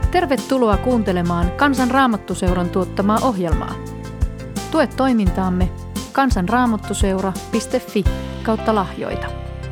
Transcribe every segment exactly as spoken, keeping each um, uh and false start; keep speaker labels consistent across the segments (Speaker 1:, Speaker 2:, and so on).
Speaker 1: Tervetuloa kuuntelemaan Kansan Raamattuseuran tuottamaa ohjelmaa. Tue toimintaamme kansanraamattuseura piste fi kautta lahjoita.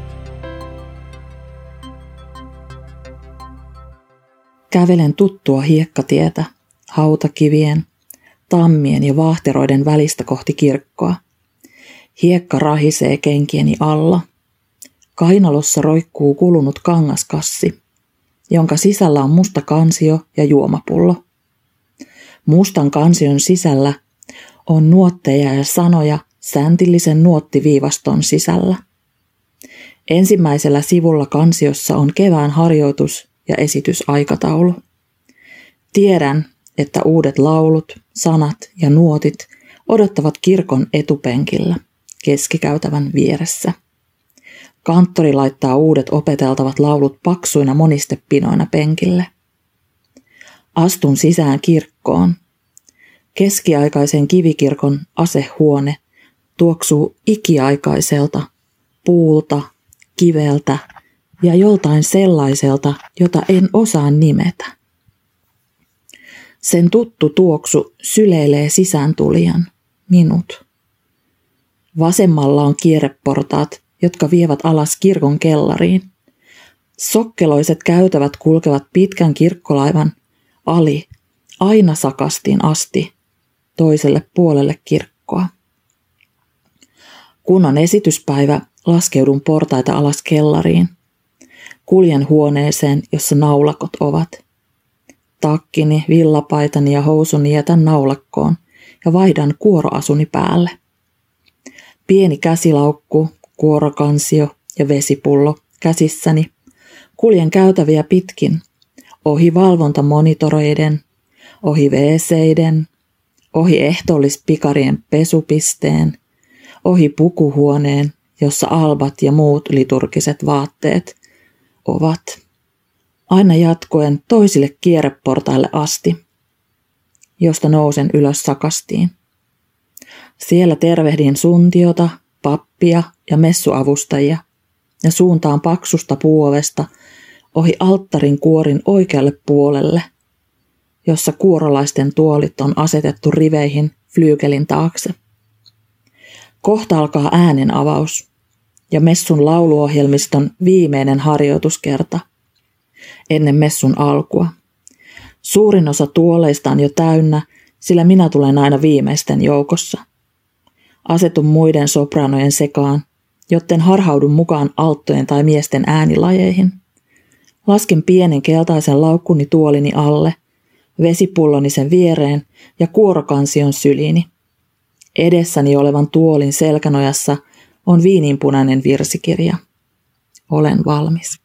Speaker 2: Kävelen tuttua hiekkatietä, hautakivien, tammien ja vaahteroiden välistä kohti kirkkoa. Hiekka rahisee kenkieni alla. Kainalossa roikkuu kulunut kangaskassi, jonka sisällä on musta kansio ja juomapullo. Mustan kansion sisällä on nuotteja ja sanoja säntillisen nuottiviivaston sisällä. Ensimmäisellä sivulla kansiossa on kevään harjoitus ja esitysaikataulu. Tiedän, että uudet laulut, sanat ja nuotit odottavat kirkon etupenkillä keskikäytävän vieressä. Kanttori laittaa uudet opeteltavat laulut paksuina monistepinoina penkille. Astun sisään kirkkoon. Keskiaikaisen kivikirkon asehuone tuoksuu ikiaikaiselta, puulta, kiveltä ja joltain sellaiselta, jota en osaa nimetä. Sen tuttu tuoksu syleilee sisääntulijan, minut. Vasemmalla on kierreportaat, jotka vievät alas kirkon kellariin. Sokkeloiset käytävät kulkevat pitkän kirkkolaivan ali aina sakastiin asti toiselle puolelle kirkkoa. Kun on esityspäivä, laskeudun portaita alas kellariin. Kuljen huoneeseen, jossa naulakot ovat. Takkini, villapaitani ja housuni jätän naulakkoon ja vaihdan kuoroasuni päälle. Pieni käsilaukku, kuorokansio ja vesipullo käsissäni. Kuljen käytäviä pitkin, ohi valvontamonitoreiden, ohi wc-iden, ohi ehtoollispikarien pesupisteen, ohi pukuhuoneen, jossa albat ja muut liturgiset vaatteet ovat. Aina jatkuen toisille kierreportaille asti, josta nousen ylös sakastiin. Siellä tervehdin suntiota, pappia ja messuavustajia ja suuntaan paksusta puuovesta ohi alttarin kuorin oikealle puolelle, jossa kuorolaisten tuolit on asetettu riveihin flyykelin taakse. Kohta alkaa äänen avaus ja messun lauluohjelmiston viimeinen harjoituskerta ennen messun alkua. Suurin osa tuoleista on jo täynnä, sillä minä tulen aina viimeisten joukossa. Asetun muiden sopranojen sekaan, jotten harhaudun mukaan alttojen tai miesten äänilajeihin. Lasken pienen keltaisen laukkuni tuolini alle, vesipulloni sen viereen ja kuorokansion syliini. Edessäni olevan tuolin selkänojassa on viininpunainen virsikirja. Olen valmis.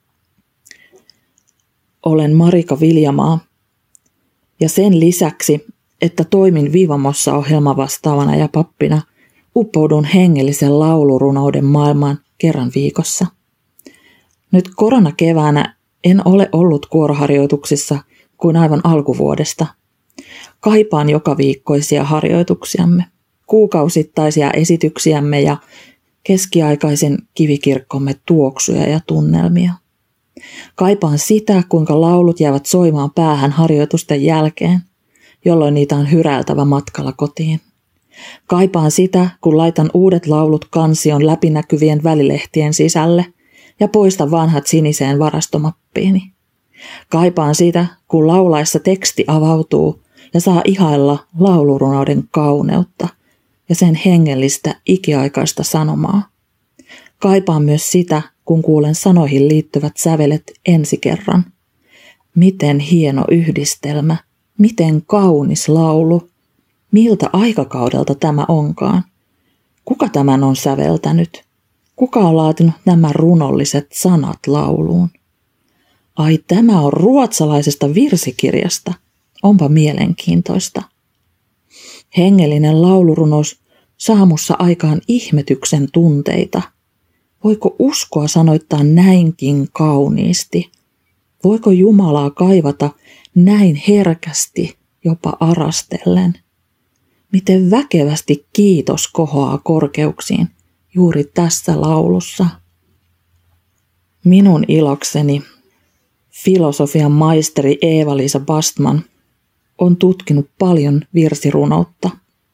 Speaker 2: Olen Marika Viljamaa ja sen lisäksi, että toimin Vivamossa ohjelmavastaavana ja pappina, uppoudun hengellisen laulurunouden maailmaan kerran viikossa. Nyt koronakeväänä en ole ollut kuoroharjoituksissa kuin aivan alkuvuodesta. Kaipaan joka viikkoisia harjoituksiamme, kuukausittaisia esityksiämme ja keskiaikaisen kivikirkkomme tuoksuja ja tunnelmia. Kaipaan sitä, kuinka laulut jäävät soimaan päähän harjoitusten jälkeen, jolloin niitä on hyräiltävä matkalla kotiin. Kaipaan sitä, kun laitan uudet laulut kansion läpinäkyvien välilehtien sisälle ja poistan vanhat siniseen varastomappiini. Kaipaan sitä, kun laulaessa teksti avautuu ja saa ihailla laulurunouden kauneutta ja sen hengellistä ikiaikaista sanomaa. Kaipaan myös sitä, kun kuulen sanoihin liittyvät sävelet ensi kerran. Miten hieno yhdistelmä, miten kaunis laulu. Miltä aikakaudelta tämä onkaan? Kuka tämän on säveltänyt? Kuka on laatinut nämä runolliset sanat lauluun? Ai, tämä on ruotsalaisesta virsikirjasta. Onpa mielenkiintoista. Hengellinen laulurunous saa mussa aikaan ihmetyksen tunteita. Voiko uskoa sanoittaa näinkin kauniisti? Voiko Jumalaa kaivata näin herkästi, jopa arastellen? Miten väkevästi kiitos kohoaa korkeuksiin juuri tässä laulussa. Minun ilokseni filosofian maisteri Eeva-Liisa Bastman on tutkinut paljon virsirunoutta.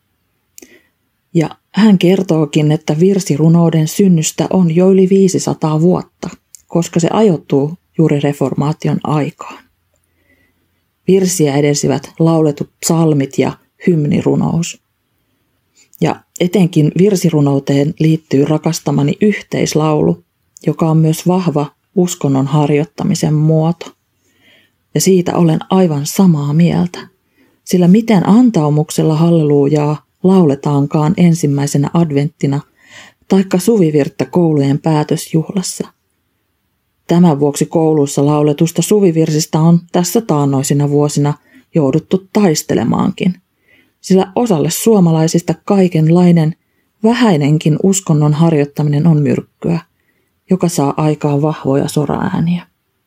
Speaker 2: Ja hän kertookin, että virsirunouden synnystä on jo yli viisisataa vuotta, koska se ajoittuu juuri reformaation aikaan. Virsiä edelsivät lauletut psalmit ja hymnirunous. Ja etenkin virsirunouteen liittyy rakastamani yhteislaulu, joka on myös vahva uskonnon harjoittamisen muoto. Ja siitä olen aivan samaa mieltä, sillä miten antaumuksella hallelujaa lauletaankaan ensimmäisenä adventtina taikka suvivirttä koulujen päätösjuhlassa. Tämän vuoksi kouluissa lauletusta suvivirsistä on tässä taannoisina vuosina jouduttu taistelemaankin, sillä osalle suomalaisista kaikenlainen vähäinenkin uskonnon harjoittaminen on myrkkyä, joka saa aikaan vahvoja soraääniä.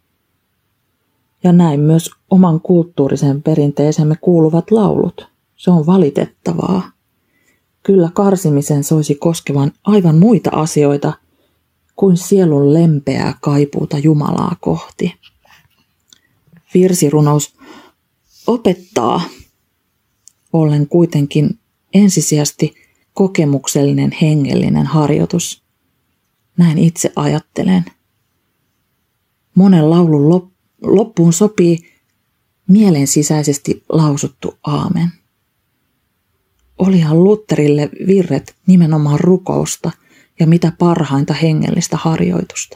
Speaker 2: Ja näin myös oman kulttuurisen perinteisemme kuuluvat laulut. Se on valitettavaa. Kyllä karsimisen soisi koskevan aivan muita asioita kuin sielun lempeää kaipuuta Jumalaa kohti. Virsirunous opettaa ollen kuitenkin ensisijaisesti kokemuksellinen hengellinen harjoitus. Näin itse ajattelen. Monen laulun loppuun sopii mielen sisäisesti lausuttu aamen. Olihan Lutherille virret nimenomaan rukousta ja mitä parhainta hengellistä harjoitusta.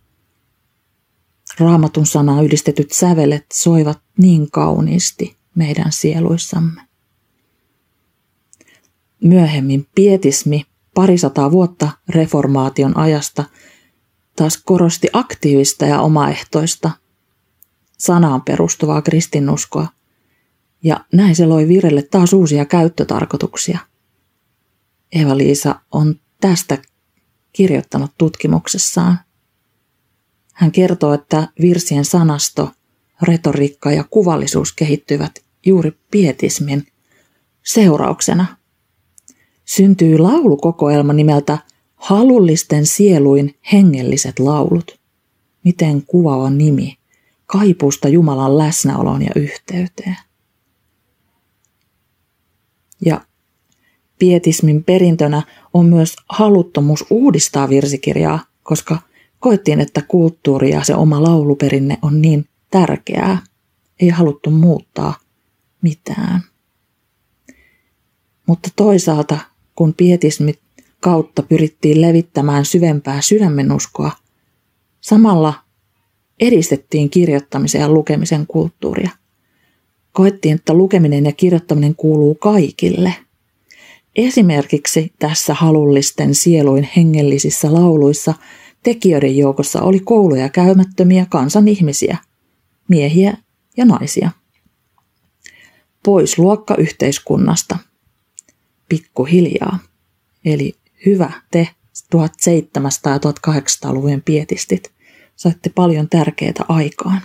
Speaker 2: Raamatun sanaa ylistetyt sävelet soivat niin kauniisti meidän sieluissamme. Myöhemmin pietismi parisataa vuotta reformaation ajasta taas korosti aktiivista ja omaehtoista sanaan perustuvaa kristinuskoa, ja näin se loi virelle taas uusia käyttötarkoituksia. Eeva-Liisa on tästä kirjoittanut tutkimuksessaan. Hän kertoo, että virsien sanasto, retoriikka ja kuvallisuus kehittyvät juuri pietismin seurauksena. Syntyy laulukokoelma nimeltä Halullisten sieluin hengelliset laulut. Miten kuvaava nimi, kaipuusta Jumalan läsnäoloon ja yhteyteen. Ja pietismin perintönä on myös haluttomuus uudistaa virsikirjaa, koska koettiin, että kulttuuri ja se oma lauluperinne on niin tärkeää. Ei haluttu muuttaa mitään. Mutta toisaalta, kun pietismin kautta pyrittiin levittämään syvempää sydämenuskoa, samalla edistettiin kirjoittamisen ja lukemisen kulttuuria. Koettiin, että lukeminen ja kirjoittaminen kuuluu kaikille. Esimerkiksi tässä halullisten sieluin hengellisissä lauluissa tekijöiden joukossa oli kouluja käymättömiä kansan ihmisiä, miehiä ja naisia. Pois luokkayhteiskunnasta, pikkuhiljaa, eli hyvä te tuhatseitsemänsataa- ja tuhatkahdeksansataalukujen pietistit, saitte paljon tärkeää aikaan.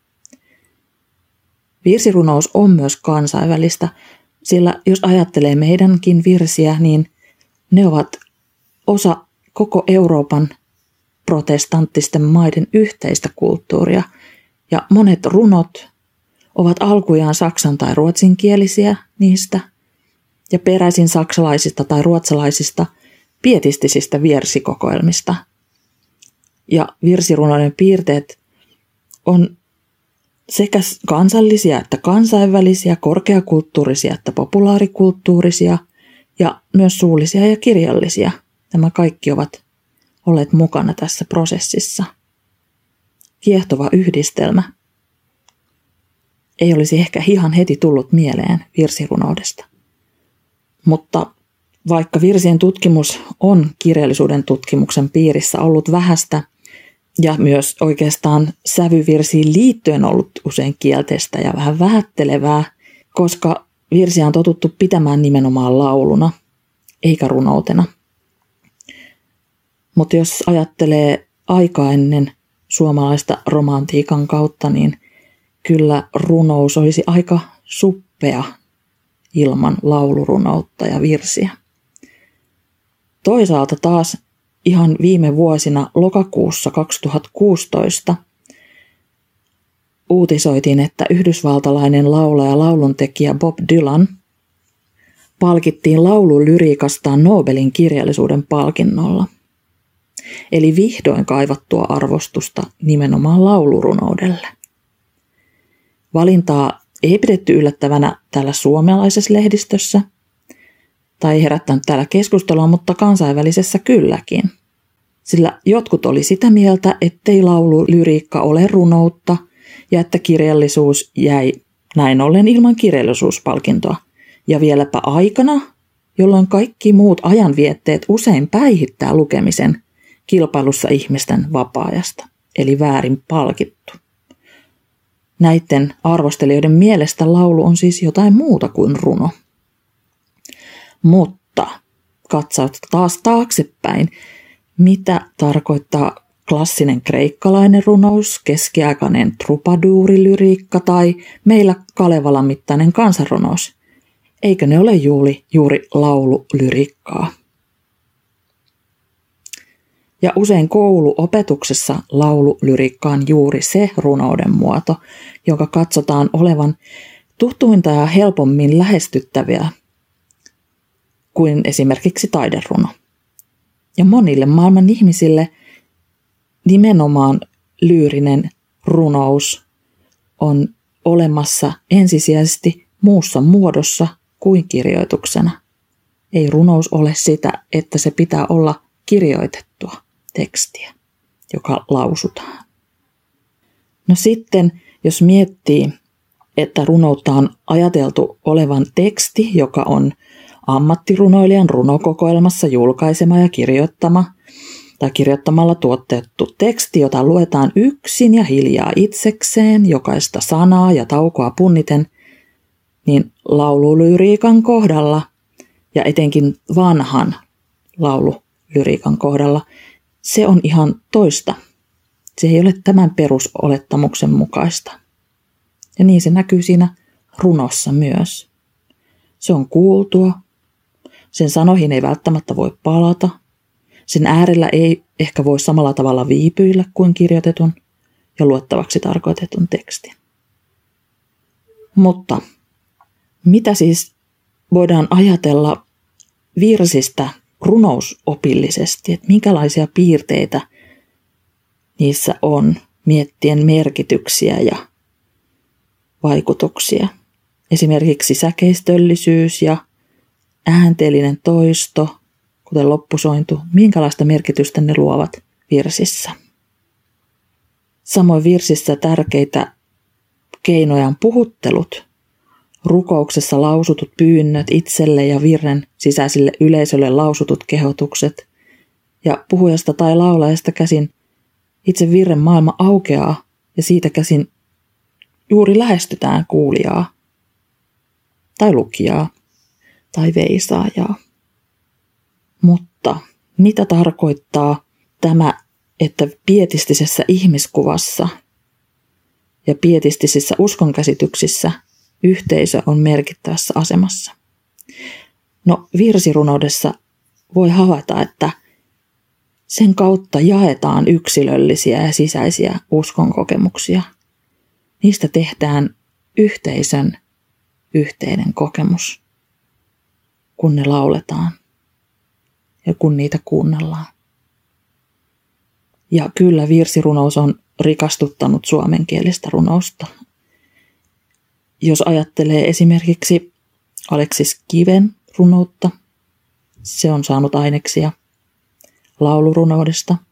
Speaker 2: Virsirunous on myös kansainvälistä, sillä jos ajattelee meidänkin virsiä, niin ne ovat osa koko Euroopan protestanttisten maiden yhteistä kulttuuria. Ja monet runot ovat alkujaan saksan- tai ruotsinkielisiä niistä ja peräisin saksalaisista tai ruotsalaisista pietistisistä virsikokoelmista. Ja virsirunoiden piirteet on sekä kansallisia että kansainvälisiä, korkeakulttuurisia että populaarikulttuurisia ja myös suullisia ja kirjallisia. Nämä kaikki ovat olleet mukana tässä prosessissa. Kiehtova yhdistelmä. Ei olisi ehkä ihan heti tullut mieleen virsirunoudesta. Mutta vaikka virsien tutkimus on kirjallisuuden tutkimuksen piirissä ollut vähäistä ja myös oikeastaan sävyvirsiin liittyen ollut usein kielteistä ja vähän vähättelevää, koska virsiä on totuttu pitämään nimenomaan lauluna eikä runoutena. Mutta jos ajattelee aikaa ennen suomalaista romantiikan kautta, niin kyllä runous olisi aika suppea ilman laulurunoutta ja virsiä. Toisaalta taas ihan viime vuosina lokakuussa kaksituhattakuusitoista uutisoitiin, että yhdysvaltalainen laulaja lauluntekijä Bob Dylan palkittiin laululyriikastaan Nobelin kirjallisuuden palkinnolla. Eli vihdoin kaivattua arvostusta nimenomaan laulurunoudelle. Valintaa ei pidetty yllättävänä täällä suomalaisessa lehdistössä tai herättänyt täällä keskustelua, mutta kansainvälisessä kylläkin. Sillä jotkut oli sitä mieltä, ettei laululyriikka ole runoutta ja että kirjallisuus jäi näin ollen ilman kirjallisuuspalkintoa. Ja vieläpä aikana, jolloin kaikki muut ajanvietteet usein päihittää lukemisen kilpailussa ihmisten vapaa-ajasta, eli väärin palkittu. Näiden arvostelijoiden mielestä laulu on siis jotain muuta kuin runo. Mutta katsaut taas taaksepäin, mitä tarkoittaa klassinen kreikkalainen runous, keskiaikainen trupaduurilyriikka tai meillä Kalevalan mittainen kansanrunous. Eikö ne ole juuri, juuri laululyriikkaa? Ja usein kouluopetuksessa laululyriikka on juuri se runouden muoto, jonka katsotaan olevan tuhtuinta ja helpommin lähestyttäviä kuin esimerkiksi taideruno. Ja monille maailman ihmisille nimenomaan lyyrinen runous on olemassa ensisijaisesti muussa muodossa kuin kirjoituksena. Ei runous ole sitä, että se pitää olla kirjoitettua tekstiä, joka lausutaan. No sitten, jos miettii, että runoutta on ajateltu olevan teksti, joka on ammattirunoilijan runokokoelmassa julkaisema ja kirjoittama tai kirjoittamalla tuotettu teksti, jota luetaan yksin ja hiljaa itsekseen, jokaista sanaa ja taukoa punniten, niin laululyriikan kohdalla ja etenkin vanhan laululyriikan kohdalla se on ihan toista. Se ei ole tämän perusolettamuksen mukaista. Ja niin se näkyy siinä runossa myös. Se on kuultua, sen sanoihin ei välttämättä voi palata, sen äärellä ei ehkä voi samalla tavalla viipyillä kuin kirjoitetun ja luettavaksi tarkoitetun tekstin. Mutta mitä siis voidaan ajatella virsistä runousopillisesti, että minkälaisia piirteitä niissä on, miettien merkityksiä ja vaikutuksia. Esimerkiksi säkeistöllisyys ja äänteellinen toisto, kuten loppusointu, minkälaista merkitystä ne luovat virsissä. Samoin virsissä tärkeitä keinoja on puhuttelut, rukouksessa lausutut pyynnöt itselle ja virren sisäisille yleisölle lausutut kehotukset, ja puhujasta tai laulajasta käsin itse virren maailma aukeaa ja siitä käsin juuri lähestytään kuulijaa tai lukijaa tai veisaajaa. Mutta mitä tarkoittaa tämä, että pietistisessä ihmiskuvassa ja pietistisissä uskonkäsityksissä yhteisö on merkittävässä asemassa? No, virsirunoudessa voi havaita, että sen kautta jaetaan yksilöllisiä ja sisäisiä uskonkokemuksia. Niistä tehdään yhteisön yhteinen kokemus, kun ne lauletaan ja kun niitä kuunnellaan. Ja kyllä virsirunous on rikastuttanut suomenkielistä runousta. Jos ajattelee esimerkiksi Aleksis Kiven runoutta, se on saanut aineksia laulurunoudesta.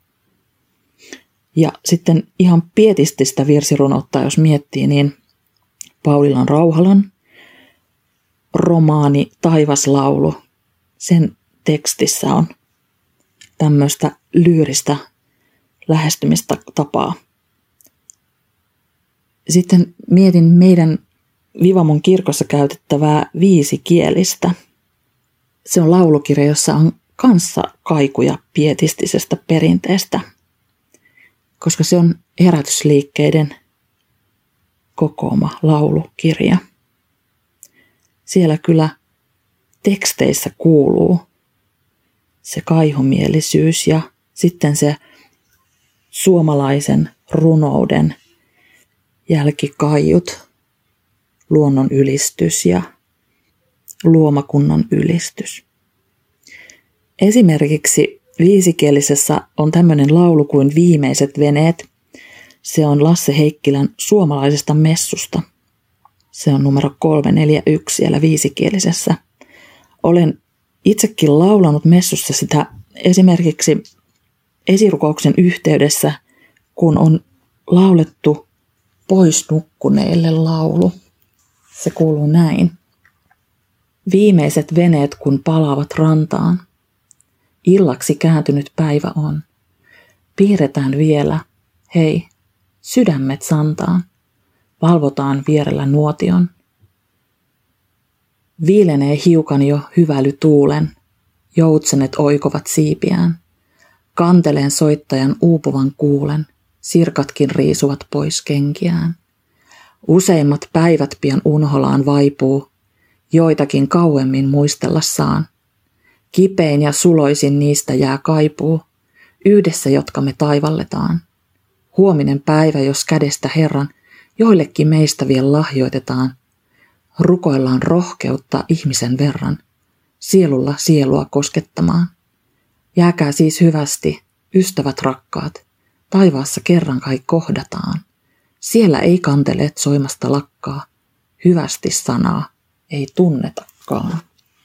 Speaker 2: Ja sitten ihan pietististä virsirunoutta, jos miettii, niin Paulilan Rauhalan romaani Taivaslaulu, sen tekstissä on tämmöistä lyyristä lähestymistapaa. Sitten mietin meidän Vivamon kirkossa käytettävää viisikielistä. Se on laulukirja, jossa on kanssa kaikuja pietistisestä perinteestä, koska se on herätysliikkeiden kokoama laulukirja. Siellä kyllä teksteissä kuuluu se kaihomielisyys ja sitten se suomalaisen runouden jälkikaiut, luonnon ylistys ja luomakunnan ylistys. Esimerkiksi viisikielisessä on tämmöinen laulu kuin Viimeiset veneet. Se on Lasse Heikkilän Suomalaisesta messusta. Se on numero kolme neljä yksi siellä viisikielisessä. Olen itsekin laulanut messussa sitä esimerkiksi esirukouksen yhteydessä, kun on laulettu Pois nukkuneille laulu. Se kuuluu näin. Viimeiset veneet kun palaavat rantaan. Illaksi kääntynyt päivä on. Piirretään vielä, hei, sydämet santaan. Valvotaan vierellä nuotion. Viilenee hiukan jo hyväly tuulen. Joutsenet oikovat siipiään. Kanteleen soittajan uupuvan kuulen. Sirkatkin riisuvat pois kenkiään. Useimmat päivät pian unholaan vaipuu. Joitakin kauemmin muistella saan. Kipein ja suloisin niistä jää kaipuu. Yhdessä, jotka me taivalletaan. Huominen päivä, jos kädestä Herran joillekin meistä vielä lahjoitetaan. Rukoillaan rohkeutta ihmisen verran, sielulla sielua koskettamaan. Jääkää siis hyvästi, ystävät rakkaat, taivaassa kerran kai kohdataan. Siellä ei kanteleet soimasta lakkaa, hyvästi sanaa ei tunnetakaan.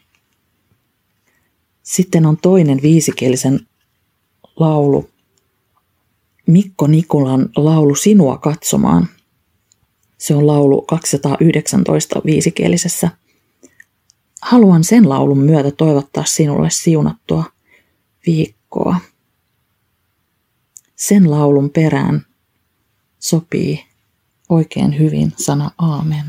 Speaker 2: Sitten on toinen viisikielisen laulu, Mikko Nikulan laulu Sinua katsomaan. Se on laulu kaksisataayhdeksäntoista viisikielisessä. Haluan sen laulun myötä toivottaa sinulle siunattua viikkoa. Sen laulun perään sopii oikein hyvin sana aamen.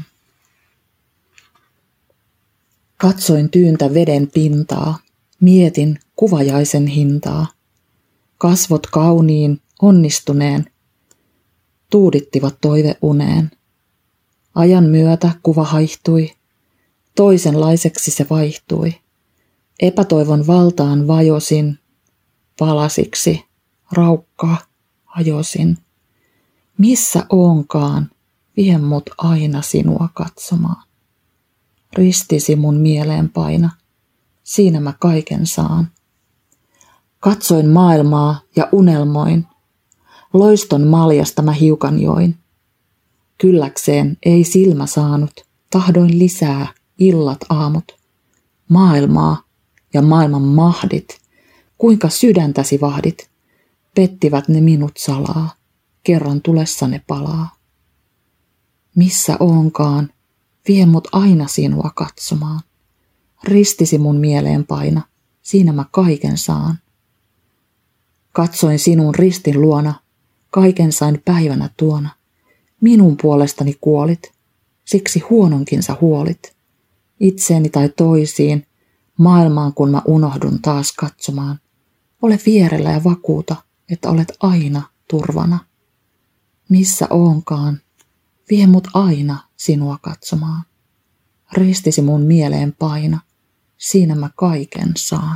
Speaker 2: Katsoin tyyntä veden pintaa, mietin kuvajaisen hintaa. Kasvot kauniin, onnistuneen, tuudittivat toiveuneen. Ajan myötä kuva haihtui, toisenlaiseksi se vaihtui. Epätoivon valtaan vajosin, palasiksi, raukkaa, hajosin. Missä oonkaan, vie mut aina sinua katsomaan. Ristisi mun mieleen paina, siinä mä kaiken saan. Katsoin maailmaa ja unelmoin, loiston maljasta mä hiukan join. Kylläkseen ei silmä saanut, tahdoin lisää, illat aamut. Maailmaa ja maailman mahdit, kuinka sydäntäsi vahdit, pettivät ne minut salaa, kerran tulessa ne palaa. Missä oonkaan, vie mut aina sinua katsomaan. Ristisi mun mieleen paina, siinä mä kaiken saan. Katsoin sinun ristin luona, kaiken sain päivänä tuona. Minun puolestani kuolit, siksi huononkin sä huolit. Itseeni tai toisiin, maailmaan kun mä unohdun taas katsomaan. Ole vierellä ja vakuuta, että olet aina turvana. Missä oonkaan, vie mut aina sinua katsomaan. Ristisi mun mieleen paina, siinä mä kaiken saan.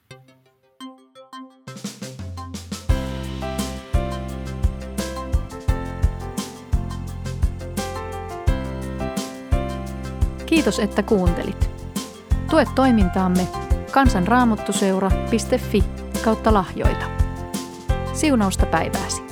Speaker 1: Kiitos, että kuuntelit. Tue toimintaamme kansanraamattuseura piste fi kautta lahjoita. Siunausta päivääsi.